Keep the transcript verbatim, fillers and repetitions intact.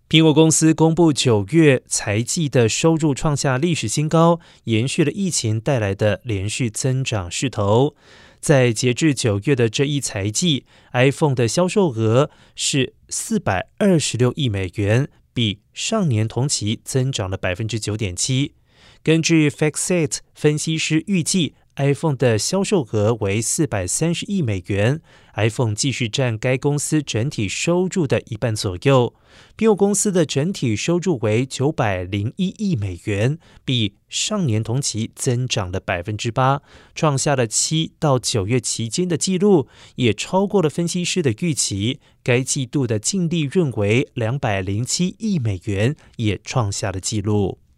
苹果公司公布九月财季的收入创下历史新高，延续了疫情带来的连续增长势头。在截至九月的这一财季 ，iPhone 的销售额是四百二十六亿美元，比上年同期增长了 百分之九点七。根据 FactSet 分析师预计，iPhone 的销售额为四百三十亿美元 ，iPhone 继续占该公司整体收入的一半左右。苹果公司的整体收入为九百零一亿美元，比上年同期增长了 百分之八， 创下了七到九月期间的纪录，也超过了分析师的预期。该季度的净利润为两百零七亿美元，也创下了纪录。